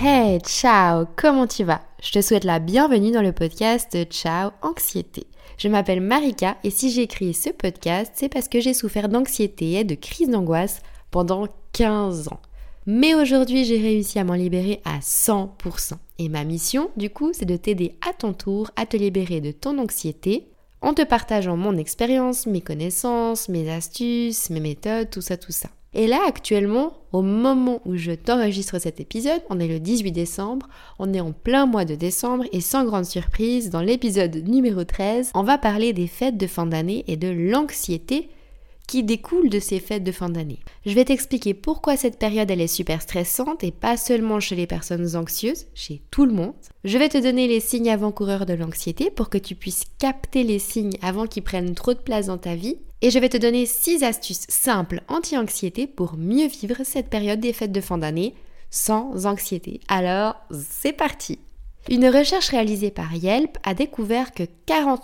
Hey, ciao, comment tu vas? Je te souhaite la bienvenue dans le podcast Ciao Anxiété. Je m'appelle Marika et si j'ai créé ce podcast, c'est parce que j'ai souffert d'anxiété et de crise d'angoisse pendant 15 ans. Mais aujourd'hui, j'ai réussi à m'en libérer à 100%. Et ma mission, du coup, c'est de t'aider à ton tour à te libérer de ton anxiété en te partageant mon expérience, mes connaissances, mes astuces, mes méthodes, tout ça. Et là, actuellement, au moment où je t'enregistre cet épisode, on est le 18 décembre, on est en plein mois de décembre et sans grande surprise, dans l'épisode numéro 13, on va parler des fêtes de fin d'année et de l'anxiété qui découle de ces fêtes de fin d'année. Je vais t'expliquer pourquoi cette période elle est super stressante et pas seulement chez les personnes anxieuses, chez tout le monde. Je vais te donner les signes avant-coureurs de l'anxiété pour que tu puisses capter les signes avant qu'ils prennent trop de place dans ta vie. Et je vais te donner 6 astuces simples anti-anxiété pour mieux vivre cette période des fêtes de fin d'année sans anxiété. Alors, c'est parti! Une recherche réalisée par Yelp a découvert que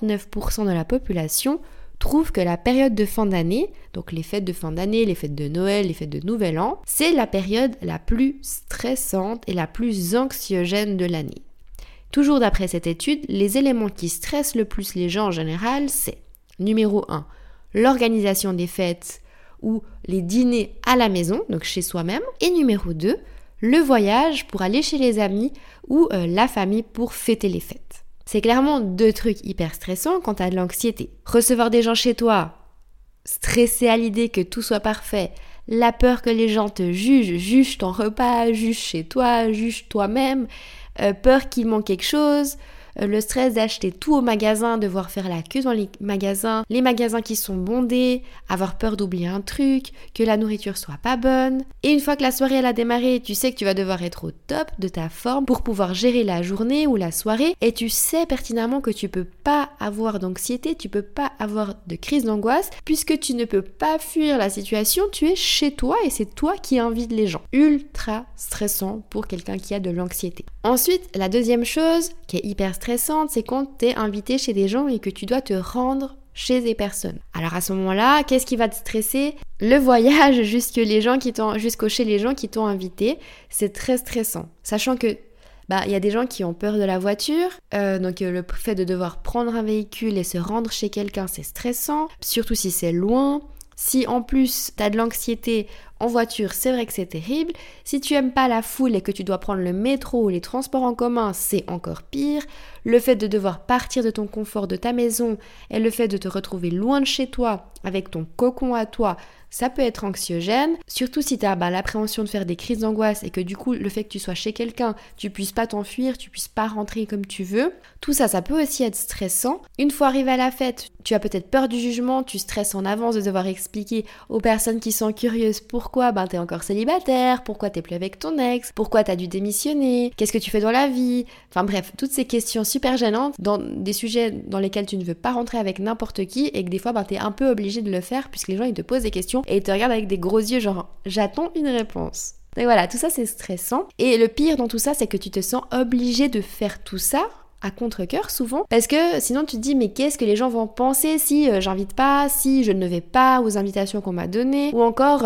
49% de la population trouve que la période de fin d'année, donc les fêtes de fin d'année, les fêtes de Noël, les fêtes de Nouvel An, c'est la période la plus stressante et la plus anxiogène de l'année. Toujours d'après cette étude, les éléments qui stressent le plus les gens en général, c'est numéro 1, l'organisation des fêtes ou les dîners à la maison, donc chez soi-même, et numéro 2, le voyage pour aller chez les amis ou la famille pour fêter les fêtes. C'est clairement 2 trucs hyper stressants quand t'as de l'anxiété. Recevoir des gens chez toi, stresser à l'idée que tout soit parfait, la peur que les gens te jugent ton repas, jugent chez toi, jugent toi-même, peur qu'il manque quelque chose, le stress d'acheter tout au magasin, devoir faire la queue dans les magasins qui sont bondés, avoir peur d'oublier un truc, que la nourriture soit pas bonne. Et une fois que la soirée elle a démarré, tu sais que tu vas devoir être au top de ta forme pour pouvoir gérer la journée ou la soirée et tu sais pertinemment que tu peux pas avoir d'anxiété, tu peux pas avoir de crise d'angoisse puisque tu ne peux pas fuir la situation, tu es chez toi et c'est toi qui invites les gens. Ultra stressant pour quelqu'un qui a de l'anxiété. Ensuite, la deuxième chose qui est hyper stressante, c'est quand t'es invité chez des gens et que tu dois te rendre chez des personnes. Alors à ce moment-là, qu'est-ce qui va te stresser? Le voyage jusqu'au chez les gens qui t'ont invité, c'est très stressant. Sachant que il y a des gens qui ont peur de la voiture, donc le fait de devoir prendre un véhicule et se rendre chez quelqu'un, c'est stressant, surtout si c'est loin. Si en plus t'as de l'anxiété en voiture, c'est vrai que c'est terrible. Si tu aimes pas la foule et que tu dois prendre le métro ou les transports en commun, c'est encore pire. Le fait de devoir partir de ton confort de ta maison et le fait de te retrouver loin de chez toi, avec ton cocon à toi, ça peut être anxiogène. Surtout si tu as l'appréhension de faire des crises d'angoisse et que du coup, le fait que tu sois chez quelqu'un, tu puisses pas t'enfuir, tu puisses pas rentrer comme tu veux. Tout ça, ça peut aussi être stressant. Une fois arrivé à la fête, tu as peut-être peur du jugement, tu stresses en avance de devoir expliquer aux personnes qui sont curieuses pourquoi t'es encore célibataire, pourquoi t'es plus avec ton ex, pourquoi t'as dû démissionner, qu'est-ce que tu fais dans la vie. Enfin bref, toutes ces questions super gênantes dans des sujets dans lesquels tu ne veux pas rentrer avec n'importe qui et que des fois t'es un peu obligé de le faire puisque les gens ils te posent des questions et ils te regardent avec des gros yeux genre j'attends une réponse. Donc voilà, tout ça c'est stressant et le pire dans tout ça c'est que tu te sens obligé de faire tout ça à contre-cœur souvent, parce que sinon tu te dis mais qu'est-ce que les gens vont penser si j'invite pas, si je ne vais pas aux invitations qu'on m'a données, ou encore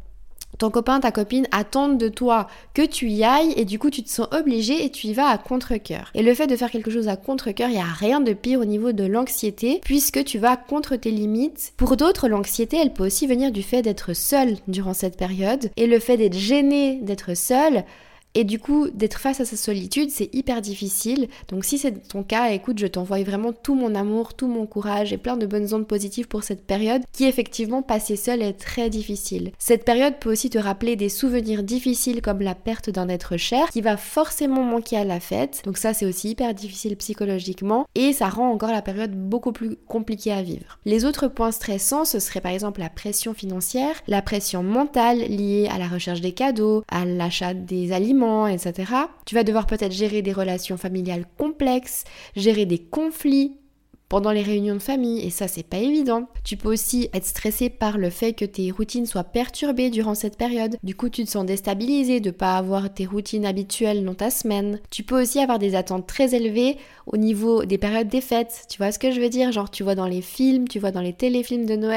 ton copain, ta copine attendent de toi que tu y ailles et du coup tu te sens obligé et tu y vas à contre-cœur. Et le fait de faire quelque chose à contre-cœur, il n'y a rien de pire au niveau de l'anxiété puisque tu vas contre tes limites. Pour d'autres, l'anxiété, elle peut aussi venir du fait d'être seul durant cette période et le fait d'être gêné d'être seul. Et du coup, d'être face à sa solitude, c'est hyper difficile. Donc si c'est ton cas, écoute, je t'envoie vraiment tout mon amour, tout mon courage et plein de bonnes ondes positives pour cette période qui effectivement, passer seule est très difficile. Cette période peut aussi te rappeler des souvenirs difficiles comme la perte d'un être cher qui va forcément manquer à la fête. Donc ça, c'est aussi hyper difficile psychologiquement et ça rend encore la période beaucoup plus compliquée à vivre. Les autres points stressants, ce serait par exemple la pression financière, la pression mentale liée à la recherche des cadeaux, à l'achat des aliments, etc. Tu vas devoir peut-être gérer des relations familiales complexes, gérer des conflits pendant les réunions de famille et ça c'est pas évident. Tu peux aussi être stressé par le fait que tes routines soient perturbées durant cette période. Du coup tu te sens déstabilisé de pas avoir tes routines habituelles dans ta semaine. Tu peux aussi avoir des attentes très élevées au niveau des périodes des fêtes. Tu vois ce que je veux dire? Genre tu vois dans les films, tu vois dans les téléfilms de Noël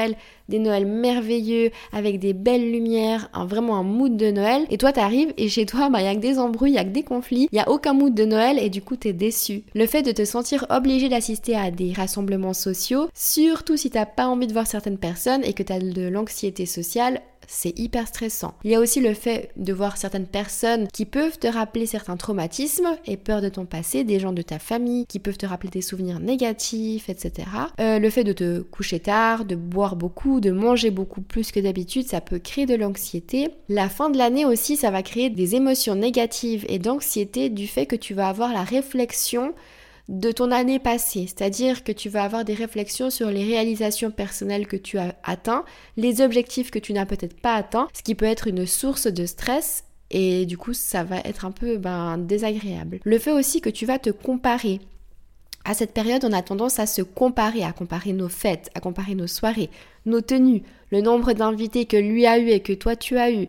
des Noëls merveilleux, avec des belles lumières, vraiment un mood de Noël. Et toi, t'arrives et chez toi, il y a que des embrouilles, il y a que des conflits, il y a aucun mood de Noël et du coup, t'es déçu. Le fait de te sentir obligé d'assister à des rassemblements sociaux, surtout si t'as pas envie de voir certaines personnes et que t'as de l'anxiété sociale, c'est hyper stressant. Il y a aussi le fait de voir certaines personnes qui peuvent te rappeler certains traumatismes et peurs de ton passé, des gens de ta famille qui peuvent te rappeler des souvenirs négatifs, etc. Le fait de te coucher tard, de boire beaucoup, de manger beaucoup plus que d'habitude, ça peut créer de l'anxiété. La fin de l'année aussi, ça va créer des émotions négatives et d'anxiété du fait que tu vas avoir la réflexion de ton année passée, c'est-à-dire que tu vas avoir des réflexions sur les réalisations personnelles que tu as atteintes, les objectifs que tu n'as peut-être pas atteints, ce qui peut être une source de stress et du coup ça va être un peu désagréable. Le fait aussi que tu vas te comparer. À cette période, on a tendance à se comparer, à comparer nos fêtes, à comparer nos soirées, nos tenues, le nombre d'invités que lui a eu et que toi tu as eu,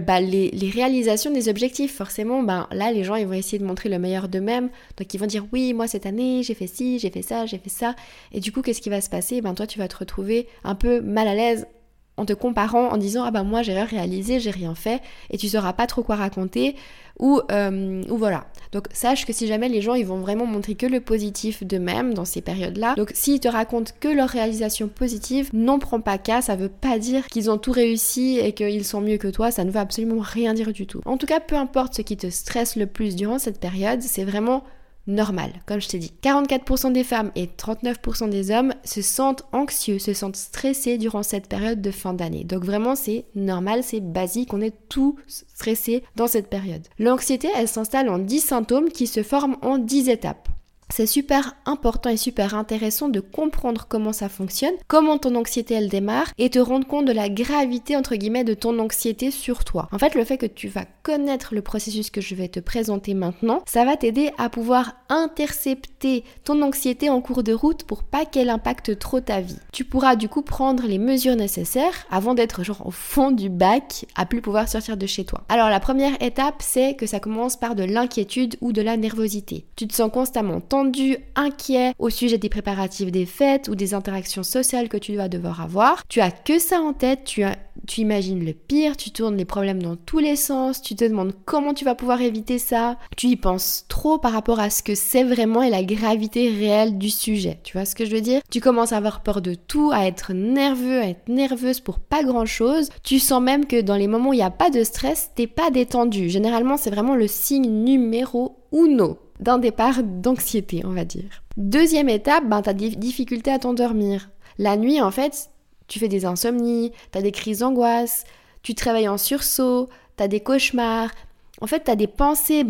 les réalisations des objectifs. Forcément, là, les gens, ils vont essayer de montrer le meilleur d'eux-mêmes. Donc, ils vont dire, oui, moi, cette année, j'ai fait ci, j'ai fait ça, j'ai fait ça. Et du coup, qu'est-ce qui va se passer ? Toi, tu vas te retrouver un peu mal à l'aise en te comparant, en disant, moi, j'ai rien réalisé, j'ai rien fait, et tu sauras pas trop quoi raconter, ou voilà. Donc sache que si jamais les gens ils vont vraiment montrer que le positif d'eux-mêmes dans ces périodes-là, donc s'ils te racontent que leurs réalisations positives, n'en prends pas cas, ça veut pas dire qu'ils ont tout réussi et qu'ils sont mieux que toi, ça ne veut absolument rien dire du tout. En tout cas, peu importe ce qui te stresse le plus durant cette période, c'est vraiment normal, comme je t'ai dit. 44% des femmes et 39% des hommes se sentent anxieux, se sentent stressés durant cette période de fin d'année. Donc vraiment, c'est normal, c'est basique, on est tous stressés dans cette période. L'anxiété, elle s'installe en 10 symptômes qui se forment en 10 étapes. C'est super important et super intéressant de comprendre comment ça fonctionne, comment ton anxiété elle démarre et te rendre compte de la gravité entre guillemets de ton anxiété sur toi. En fait, le fait que tu vas connaître le processus que je vais te présenter maintenant, ça va t'aider à pouvoir intercepter ton anxiété en cours de route pour pas qu'elle impacte trop ta vie. Tu pourras du coup prendre les mesures nécessaires avant d'être au fond du bac à plus pouvoir sortir de chez toi. Alors la première étape, c'est que ça commence par de l'inquiétude ou de la nervosité. Tu te sens constamment tendu, inquiet au sujet des préparatifs des fêtes ou des interactions sociales que tu vas devoir avoir. Tu as que ça en tête, tu imagines le pire, tu tournes les problèmes dans tous les sens, tu te demandes comment tu vas pouvoir éviter ça. Tu y penses trop par rapport à ce que c'est vraiment et la gravité réelle du sujet. Tu vois ce que je veux dire ? Tu commences à avoir peur de tout, à être nerveux, à être nerveuse pour pas grand chose. Tu sens même que dans les moments où il n'y a pas de stress, t'es pas détendu. Généralement, c'est vraiment le signe numéro uno d'un départ d'anxiété, on va dire. Deuxième étape, t'as des difficultés à t'endormir. La nuit, en fait, tu fais des insomnies, t'as des crises d'angoisse, tu te réveilles en sursaut, t'as des cauchemars. En fait, t'as des pensées,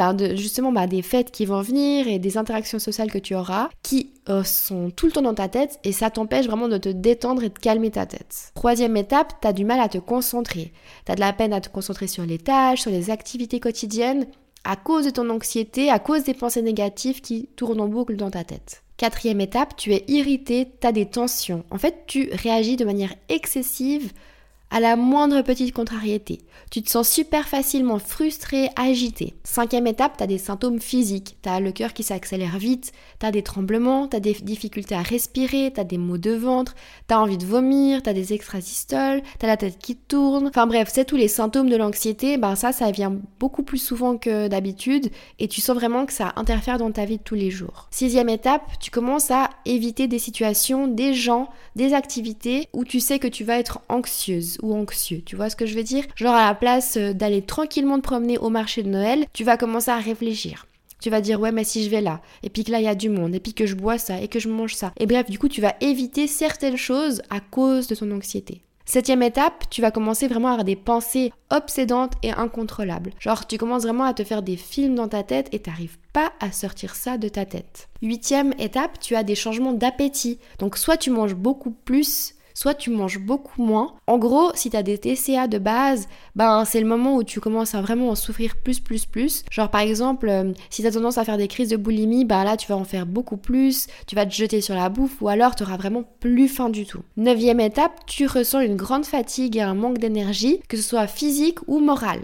des fêtes qui vont venir et des interactions sociales que tu auras qui sont tout le temps dans ta tête et ça t'empêche vraiment de te détendre et de calmer ta tête. Troisième étape, t'as du mal à te concentrer. T'as de la peine à te concentrer sur les tâches, sur les activités quotidiennes, à cause de ton anxiété, à cause des pensées négatives qui tournent en boucle dans ta tête. Quatrième étape, tu es irrité, tu as des tensions. En fait, tu réagis de manière excessive à la moindre petite contrariété. Tu te sens super facilement frustré, agité. Cinquième étape, tu as des symptômes physiques. Tu as le cœur qui s'accélère vite, tu as des tremblements, tu as des difficultés à respirer, tu as des maux de ventre, tu as envie de vomir, tu as des extrasystoles, tu as la tête qui tourne. Enfin bref, c'est tous les symptômes de l'anxiété. Ça vient beaucoup plus souvent que d'habitude et tu sens vraiment que ça interfère dans ta vie de tous les jours. Sixième étape, tu commences à éviter des situations, des gens, des activités où tu sais que tu vas être anxieuse ou anxieux, tu vois ce que je veux dire ? Genre à la place d'aller tranquillement te promener au marché de Noël, tu vas commencer à réfléchir. Tu vas dire ouais mais si je vais là, et puis que là il y a du monde, et puis que je bois ça, et que je mange ça. Et bref, du coup tu vas éviter certaines choses à cause de ton anxiété. Septième étape, tu vas commencer vraiment à avoir des pensées obsédantes et incontrôlables. Genre tu commences vraiment à te faire des films dans ta tête et t'arrives pas à sortir ça de ta tête. Huitième étape, tu as des changements d'appétit. Donc soit tu manges beaucoup plus, soit tu manges beaucoup moins. En gros, si tu as des TCA de base, c'est le moment où tu commences à vraiment en souffrir plus. Genre par exemple, si tu as tendance à faire des crises de boulimie, là tu vas en faire beaucoup plus, tu vas te jeter sur la bouffe ou alors tu auras vraiment plus faim du tout. Neuvième étape, tu ressens une grande fatigue et un manque d'énergie, que ce soit physique ou morale.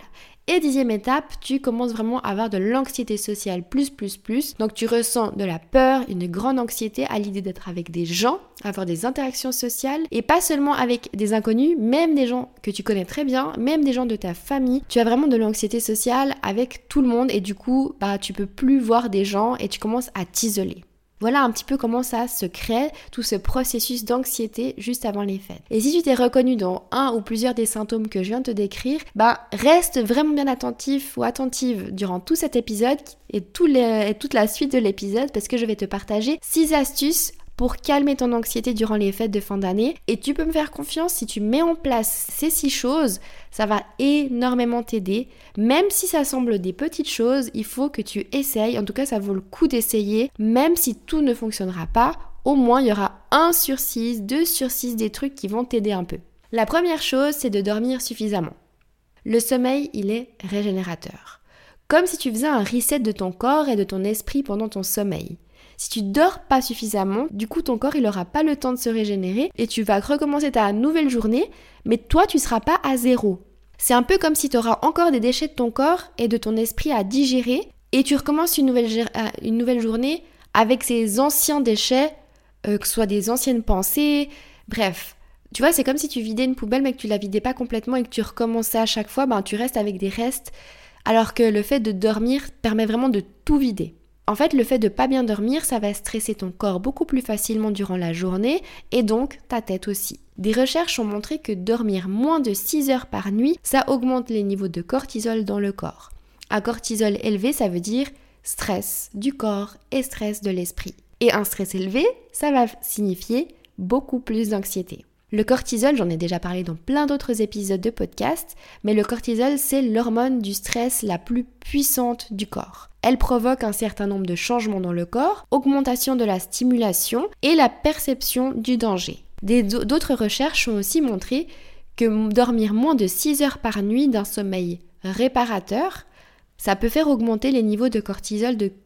Et 10e étape, tu commences vraiment à avoir de l'anxiété sociale plus. Donc tu ressens de la peur, une grande anxiété à l'idée d'être avec des gens, avoir des interactions sociales et pas seulement avec des inconnus, même des gens que tu connais très bien, même des gens de ta famille. Tu as vraiment de l'anxiété sociale avec tout le monde et du coup, tu peux plus voir des gens et tu commences à t'isoler. Voilà un petit peu comment ça se crée, tout ce processus d'anxiété juste avant les fêtes. Et si tu t'es reconnu dans un ou plusieurs des symptômes que je viens de te décrire, reste vraiment bien attentif ou attentive durant tout cet épisode et toute la suite de l'épisode parce que je vais te partager 6 astuces pour calmer ton anxiété durant les fêtes de fin d'année. Et tu peux me faire confiance, si tu mets en place ces 6 choses, ça va énormément t'aider. Même si ça semble des petites choses, il faut que tu essayes. En tout cas, ça vaut le coup d'essayer. Même si tout ne fonctionnera pas, au moins il y aura 1 sur 6, 2 sur 6 des trucs qui vont t'aider un peu. La première chose, c'est de dormir suffisamment. Le sommeil, il est régénérateur. Comme si tu faisais un reset de ton corps et de ton esprit pendant ton sommeil. Si tu dors pas suffisamment, du coup ton corps il aura pas le temps de se régénérer et tu vas recommencer ta nouvelle journée, mais toi tu seras pas à zéro. C'est un peu comme si tu auras encore des déchets de ton corps et de ton esprit à digérer et tu recommences une nouvelle journée avec ces anciens déchets, que ce soit des anciennes pensées, bref. Tu vois, c'est comme si tu vidais une poubelle mais que tu la vidais pas complètement et que tu recommençais à chaque fois, tu restes avec des restes, alors que le fait de dormir permet vraiment de tout vider. En fait, le fait de pas bien dormir, ça va stresser ton corps beaucoup plus facilement durant la journée et donc ta tête aussi. Des recherches ont montré que dormir moins de 6 heures par nuit, ça augmente les niveaux de cortisol dans le corps. Un cortisol élevé, ça veut dire stress du corps et stress de l'esprit. Et un stress élevé, ça va signifier beaucoup plus d'anxiété. Le cortisol, j'en ai déjà parlé dans plein d'autres épisodes de podcast, mais le cortisol, c'est l'hormone du stress la plus puissante du corps. Elle provoque un certain nombre de changements dans le corps, augmentation de la stimulation et la perception du danger. D'autres recherches ont aussi montré que dormir moins de 6 heures par nuit d'un sommeil réparateur, ça peut faire augmenter les niveaux de cortisol de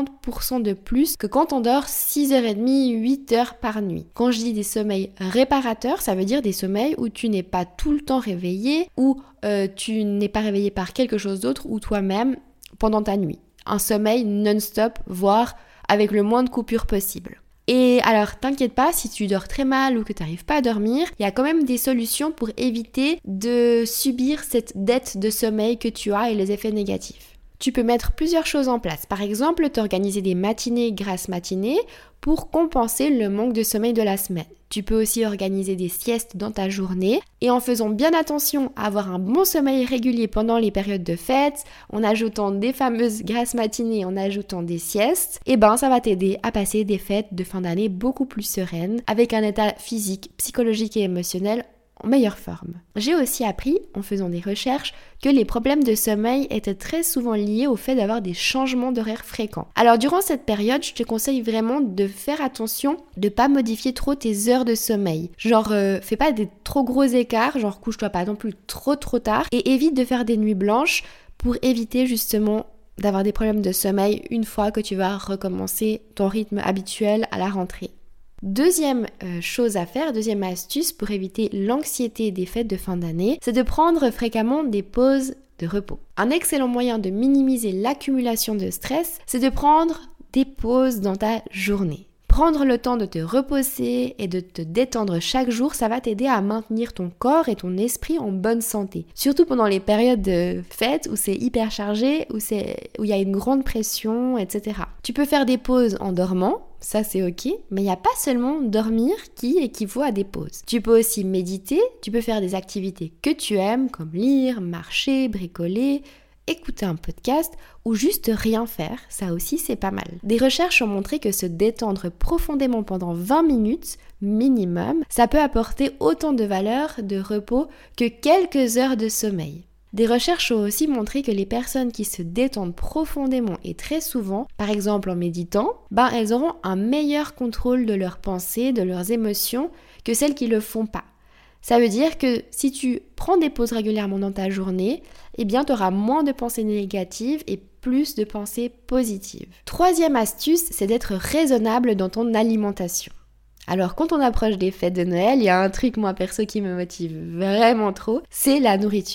40% de plus que quand on dort 6h30, 8 heures par nuit. Quand je dis des sommeils réparateurs, ça veut dire des sommeils où tu n'es pas tout le temps réveillé, où tu n'es pas réveillé par quelque chose d'autre ou toi-même pendant ta nuit. Un sommeil non-stop, voire avec le moins de coupures possible. Et alors, t'inquiète pas, si tu dors très mal ou que tu n'arrives pas à dormir, il y a quand même des solutions pour éviter de subir cette dette de sommeil que tu as et les effets négatifs. Tu peux mettre plusieurs choses en place. Par exemple, t'organiser des matinées grasses matinées pour compenser le manque de sommeil de la semaine. Tu peux aussi organiser des siestes dans ta journée et en faisant bien attention à avoir un bon sommeil régulier pendant les périodes de fête, en ajoutant des fameuses grasses matinées, en ajoutant des siestes, ça va t'aider à passer des fêtes de fin d'année beaucoup plus sereines, avec un état physique, psychologique et émotionnel en meilleure forme. J'ai aussi appris, en faisant des recherches, que les problèmes de sommeil étaient très souvent liés au fait d'avoir des changements d'horaire fréquents. Alors durant cette période, je te conseille vraiment de faire attention de pas modifier trop tes heures de sommeil. Fais pas des trop gros écarts, couche-toi pas non plus trop tard et évite de faire des nuits blanches pour éviter justement d'avoir des problèmes de sommeil une fois que tu vas recommencer ton rythme habituel à la rentrée. Deuxième chose à faire, deuxième astuce pour éviter l'anxiété des fêtes de fin d'année, c'est de prendre fréquemment des pauses de repos. Un excellent moyen de minimiser l'accumulation de stress, c'est de prendre des pauses dans ta journée. Prendre le temps de te reposer et de te détendre chaque jour, ça va t'aider à maintenir ton corps et ton esprit en bonne santé. Surtout pendant les périodes de fête où c'est hyper chargé, où il y a une grande pression, etc. Tu peux faire des pauses en dormant, ça c'est ok, mais il n'y a pas seulement dormir qui équivaut à des pauses. Tu peux aussi méditer, tu peux faire des activités que tu aimes, comme lire, marcher, bricoler, écouter un podcast ou juste rien faire, ça aussi c'est pas mal. Des recherches ont montré que se détendre profondément pendant 20 minutes minimum, ça peut apporter autant de valeur de repos que quelques heures de sommeil. Des recherches ont aussi montré que les personnes qui se détendent profondément et très souvent, par exemple en méditant, elles auront un meilleur contrôle de leurs pensées, de leurs émotions que celles qui le font pas. Ça veut dire que si tu prends des pauses régulièrement dans ta journée, tu auras moins de pensées négatives et plus de pensées positives. Troisième astuce, c'est d'être raisonnable dans ton alimentation. Alors quand on approche des fêtes de Noël, il y a un truc moi perso qui me motive vraiment trop, c'est la nourriture.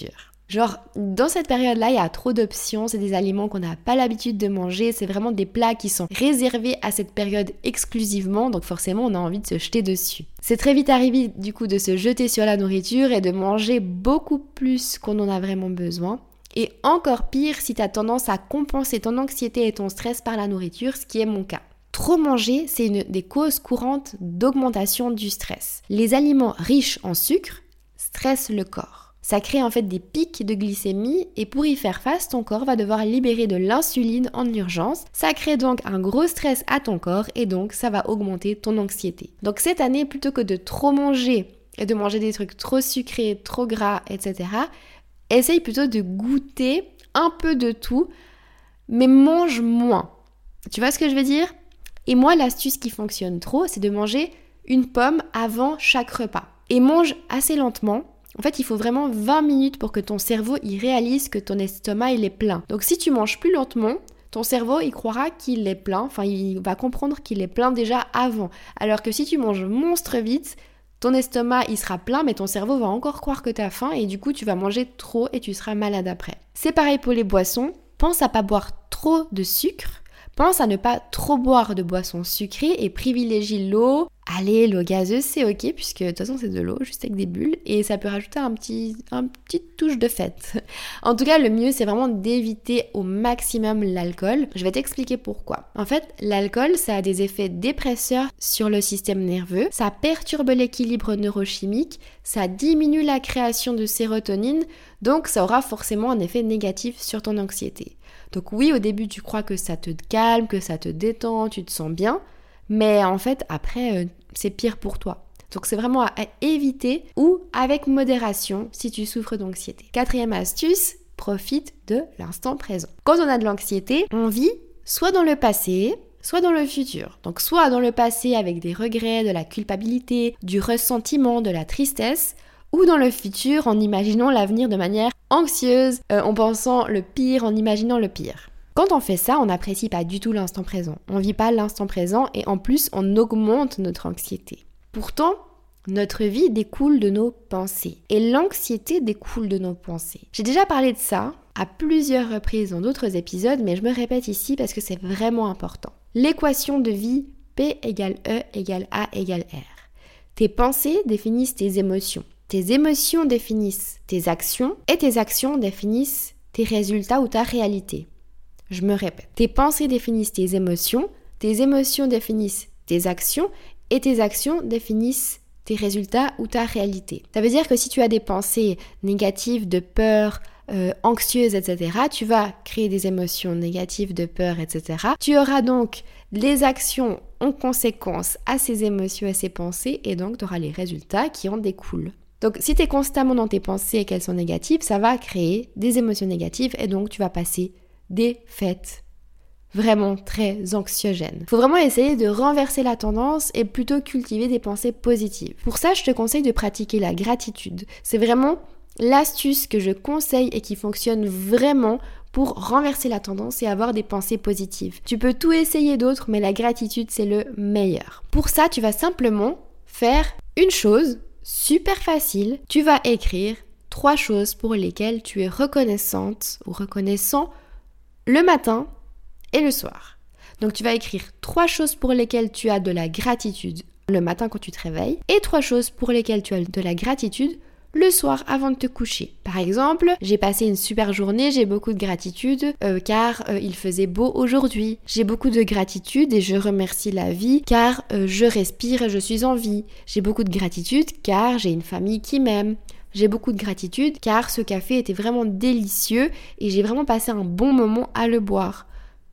Genre, dans cette période-là, il y a trop d'options, c'est des aliments qu'on n'a pas l'habitude de manger, c'est vraiment des plats qui sont réservés à cette période exclusivement, donc forcément on a envie de se jeter dessus. C'est très vite arrivé du coup de se jeter sur la nourriture et de manger beaucoup plus qu'on en a vraiment besoin. Et encore pire si tu as tendance à compenser ton anxiété et ton stress par la nourriture, ce qui est mon cas. Trop manger, c'est une des causes courantes d'augmentation du stress. Les aliments riches en sucre stressent le corps. Ça crée en fait des pics de glycémie et pour y faire face, ton corps va devoir libérer de l'insuline en urgence. Ça crée donc un gros stress à ton corps et donc ça va augmenter ton anxiété. Donc cette année, plutôt que de trop manger et de manger des trucs trop sucrés, trop gras, etc., essaye plutôt de goûter un peu de tout, mais mange moins. Tu vois ce que je veux dire ? Et moi, l'astuce qui fonctionne trop, c'est de manger une pomme avant chaque repas. Et mange assez lentement. En fait, il faut vraiment 20 minutes pour que ton cerveau y réalise que ton estomac il est plein. Donc si tu manges plus lentement, ton cerveau il croira qu'il est plein, enfin il va comprendre qu'il est plein déjà avant. Alors que si tu manges monstre vite, ton estomac il sera plein mais ton cerveau va encore croire que tu as faim et du coup tu vas manger trop et tu seras malade après. C'est pareil pour les boissons, pense à pas boire trop de sucre. Pense à ne pas trop boire de boissons sucrées et privilégie l'eau. Allez, l'eau gazeuse, c'est ok, puisque de toute façon c'est de l'eau, juste avec des bulles, et ça peut rajouter une petite touche de fête. En tout cas, le mieux, c'est vraiment d'éviter au maximum l'alcool. Je vais t'expliquer pourquoi. En fait, l'alcool, ça a des effets dépresseurs sur le système nerveux, ça perturbe l'équilibre neurochimique, ça diminue la création de sérotonine, donc ça aura forcément un effet négatif sur ton anxiété. Donc oui, au début, tu crois que ça te calme, que ça te détend, tu te sens bien, mais en fait, après, c'est pire pour toi. Donc c'est vraiment à éviter ou avec modération si tu souffres d'anxiété. 4e astuce, profite de l'instant présent. Quand on a de l'anxiété, on vit soit dans le passé, soit dans le futur. Donc soit dans le passé avec des regrets, de la culpabilité, du ressentiment, de la tristesse, ou dans le futur en imaginant l'avenir de manière anxieuse, en pensant le pire, en imaginant le pire. Quand on fait ça, on n'apprécie pas du tout l'instant présent. On ne vit pas l'instant présent et en plus, on augmente notre anxiété. Pourtant, notre vie découle de nos pensées et l'anxiété découle de nos pensées. J'ai déjà parlé de ça à plusieurs reprises dans d'autres épisodes, mais je me répète ici parce que c'est vraiment important. L'équation de vie P égale E égale A égale R. Tes pensées définissent tes émotions. Tes émotions définissent tes actions et tes actions définissent tes résultats ou ta réalité. Je me répète. Tes pensées définissent tes émotions définissent tes actions et tes actions définissent tes résultats ou ta réalité. Ça veut dire que si tu as des pensées négatives, de peur, anxieuses, etc., tu vas créer des émotions négatives, de peur, etc. Tu auras donc les actions en conséquence à ces émotions et ces pensées et donc tu auras les résultats qui en découlent. Donc si tu es constamment dans tes pensées et qu'elles sont négatives, ça va créer des émotions négatives et donc tu vas passer des fêtes vraiment très anxiogènes. Il faut vraiment essayer de renverser la tendance et plutôt cultiver des pensées positives. Pour ça, je te conseille de pratiquer la gratitude. C'est vraiment l'astuce que je conseille et qui fonctionne vraiment pour renverser la tendance et avoir des pensées positives. Tu peux tout essayer d'autre, mais la gratitude, c'est le meilleur. Pour ça, tu vas simplement faire une chose super facile. Tu vas écrire 3 choses pour lesquelles tu es reconnaissante ou reconnaissant le matin et le soir. Donc tu vas écrire 3 choses pour lesquelles tu as de la gratitude le matin quand tu te réveilles et 3 choses pour lesquelles tu as de la gratitude le soir avant de te coucher. Par exemple, j'ai passé une super journée, j'ai beaucoup de gratitude car il faisait beau aujourd'hui. J'ai beaucoup de gratitude et je remercie la vie car je respire et je suis en vie. J'ai beaucoup de gratitude car j'ai une famille qui m'aime. J'ai beaucoup de gratitude car ce café était vraiment délicieux et j'ai vraiment passé un bon moment à le boire.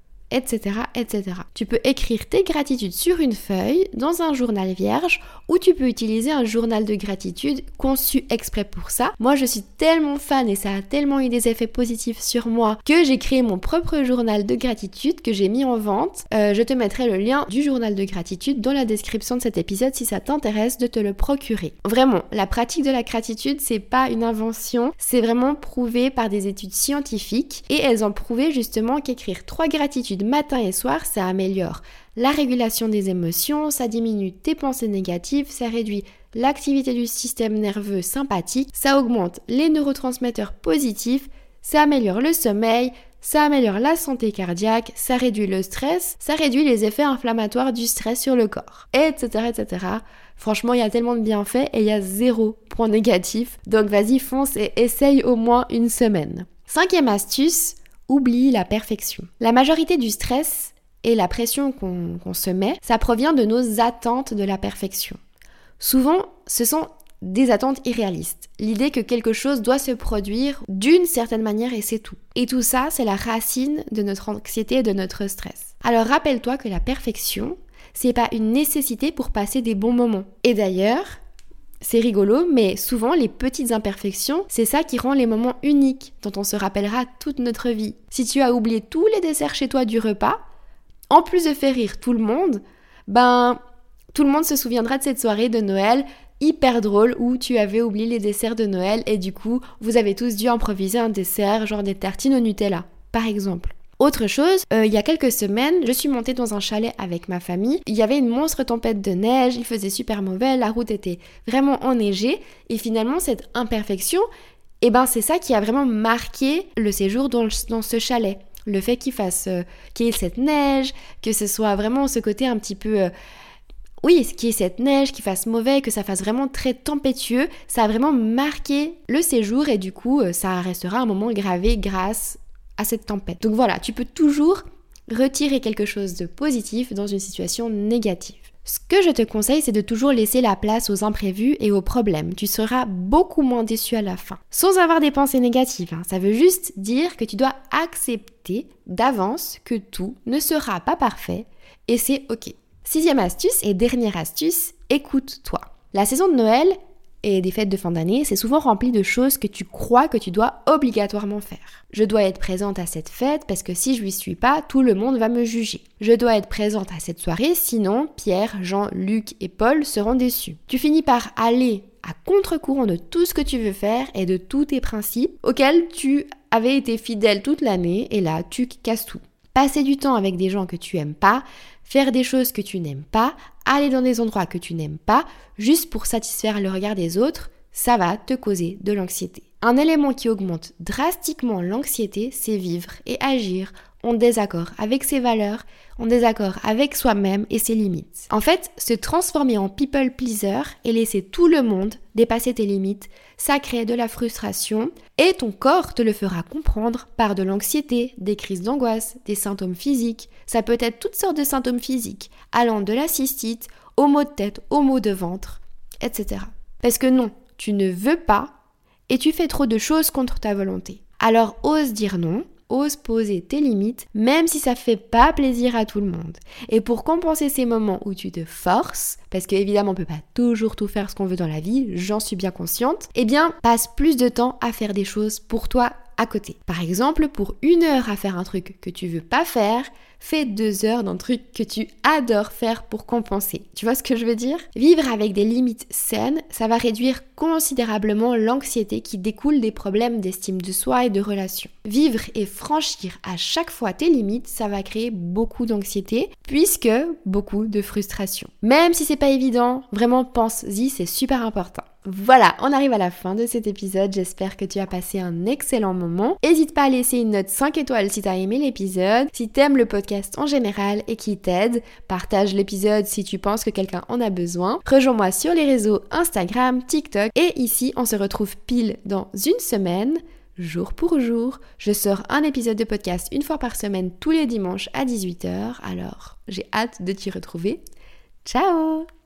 Etc., etc. Tu peux écrire tes gratitudes sur une feuille, dans un journal vierge, ou tu peux utiliser un journal de gratitude conçu exprès pour ça. Moi, je suis tellement fan et ça a tellement eu des effets positifs sur moi que j'ai créé mon propre journal de gratitude que j'ai mis en vente. Je te mettrai le lien du journal de gratitude dans la description de cet épisode si ça t'intéresse de te le procurer. Vraiment, la pratique de la gratitude, c'est pas une invention, c'est vraiment prouvé par des études scientifiques et elles ont prouvé justement qu'écrire 3 gratitudes matin et soir, ça améliore la régulation des émotions, ça diminue tes pensées négatives, ça réduit l'activité du système nerveux sympathique, ça augmente les neurotransmetteurs positifs, ça améliore le sommeil, ça améliore la santé cardiaque, ça réduit le stress, ça réduit les effets inflammatoires du stress sur le corps, etc. etc. Franchement, il y a tellement de bienfaits et il y a 0 point négatif. Donc vas-y, fonce et essaye au moins une semaine. 5e astuce, oublie la perfection. La majorité du stress et la pression qu'on se met, ça provient de nos attentes de la perfection. Souvent, ce sont des attentes irréalistes. L'idée que quelque chose doit se produire d'une certaine manière et c'est tout. Et tout ça, c'est la racine de notre anxiété et de notre stress. Alors rappelle-toi que la perfection, c'est pas une nécessité pour passer des bons moments. Et d'ailleurs, c'est rigolo, mais souvent les petites imperfections, c'est ça qui rend les moments uniques, dont on se rappellera toute notre vie. Si tu as oublié tous les desserts chez toi du repas, en plus de faire rire tout le monde, tout le monde se souviendra de cette soirée de Noël hyper drôle où tu avais oublié les desserts de Noël et du coup, vous avez tous dû improviser un dessert, genre des tartines au Nutella, par exemple. Autre chose, il y a quelques semaines, je suis montée dans un chalet avec ma famille. Il y avait une monstre tempête de neige, il faisait super mauvais, la route était vraiment enneigée. Et finalement, cette imperfection, c'est ça qui a vraiment marqué le séjour dans ce chalet. Le fait qu'il y ait cette neige, que ce soit vraiment ce côté un petit peu... qu'il y ait cette neige, qu'il fasse mauvais, que ça fasse vraiment très tempétueux, ça a vraiment marqué le séjour et du coup, ça restera un moment gravé grâce à cette tempête. Donc voilà, tu peux toujours retirer quelque chose de positif dans une situation négative. Ce que je te conseille, c'est de toujours laisser la place aux imprévus et aux problèmes. Tu seras beaucoup moins déçu à la fin. Sans avoir des pensées négatives, ça veut juste dire que tu dois accepter d'avance que tout ne sera pas parfait et c'est ok. 6e astuce et dernière astuce, écoute-toi. La saison de Noël et des fêtes de fin d'année, c'est souvent rempli de choses que tu crois que tu dois obligatoirement faire. Je dois être présente à cette fête parce que si je lui suis pas, tout le monde va me juger. Je dois être présente à cette soirée, sinon Pierre, Jean, Luc et Paul seront déçus. Tu finis par aller à contre-courant de tout ce que tu veux faire et de tous tes principes auxquels tu avais été fidèle toute l'année et là, tu casses tout. Passer du temps avec des gens que tu aimes pas, faire des choses que tu n'aimes pas, aller dans des endroits que tu n'aimes pas, juste pour satisfaire le regard des autres, ça va te causer de l'anxiété. Un élément qui augmente drastiquement l'anxiété, c'est vivre et agir en désaccord avec ses valeurs, en désaccord avec soi-même et ses limites. En fait, se transformer en people pleaser et laisser tout le monde dépasser tes limites, ça crée de la frustration et ton corps te le fera comprendre par de l'anxiété, des crises d'angoisse, des symptômes physiques. Ça peut être toutes sortes de symptômes physiques, allant de la cystite, aux maux de tête, aux maux de ventre, etc. Parce que non, tu ne veux pas et tu fais trop de choses contre ta volonté. Alors ose dire non, ose poser tes limites, même si ça fait pas plaisir à tout le monde. Et pour compenser ces moments où tu te forces, parce qu'évidemment on peut pas toujours tout faire ce qu'on veut dans la vie, j'en suis bien consciente, passe plus de temps à faire des choses pour toi à côté. Par exemple, pour 1 heure à faire un truc que tu veux pas faire, fais 2 heures d'un truc que tu adores faire pour compenser. Tu vois ce que je veux dire ? Vivre avec des limites saines, ça va réduire considérablement l'anxiété qui découle des problèmes d'estime de soi et de relations. Vivre et franchir à chaque fois tes limites, ça va créer beaucoup d'anxiété, puisque beaucoup de frustration. Même si c'est pas évident, vraiment pense-y, c'est super important. Voilà, on arrive à la fin de cet épisode, j'espère que tu as passé un excellent moment. N'hésite pas à laisser une note 5 étoiles si tu as aimé l'épisode, si tu aimes le podcast en général et qui t'aide, partage l'épisode si tu penses que quelqu'un en a besoin. Rejoins-moi sur les réseaux Instagram, TikTok et ici on se retrouve pile dans une semaine, jour pour jour. Je sors un épisode de podcast 1 fois par semaine tous les dimanches à 18h, alors j'ai hâte de t'y retrouver. Ciao!